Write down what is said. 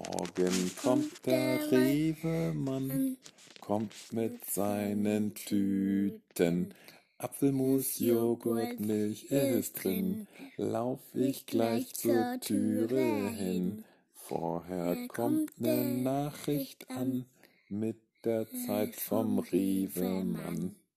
Morgen kommt der Rewe-Mann, kommt mit seinen Tüten. Apfelmus, Joghurt, Milch ist drin, lauf ich gleich zur Türe hin. Vorher kommt ne Nachricht an, mit der Zeit vom Rewe-Mann.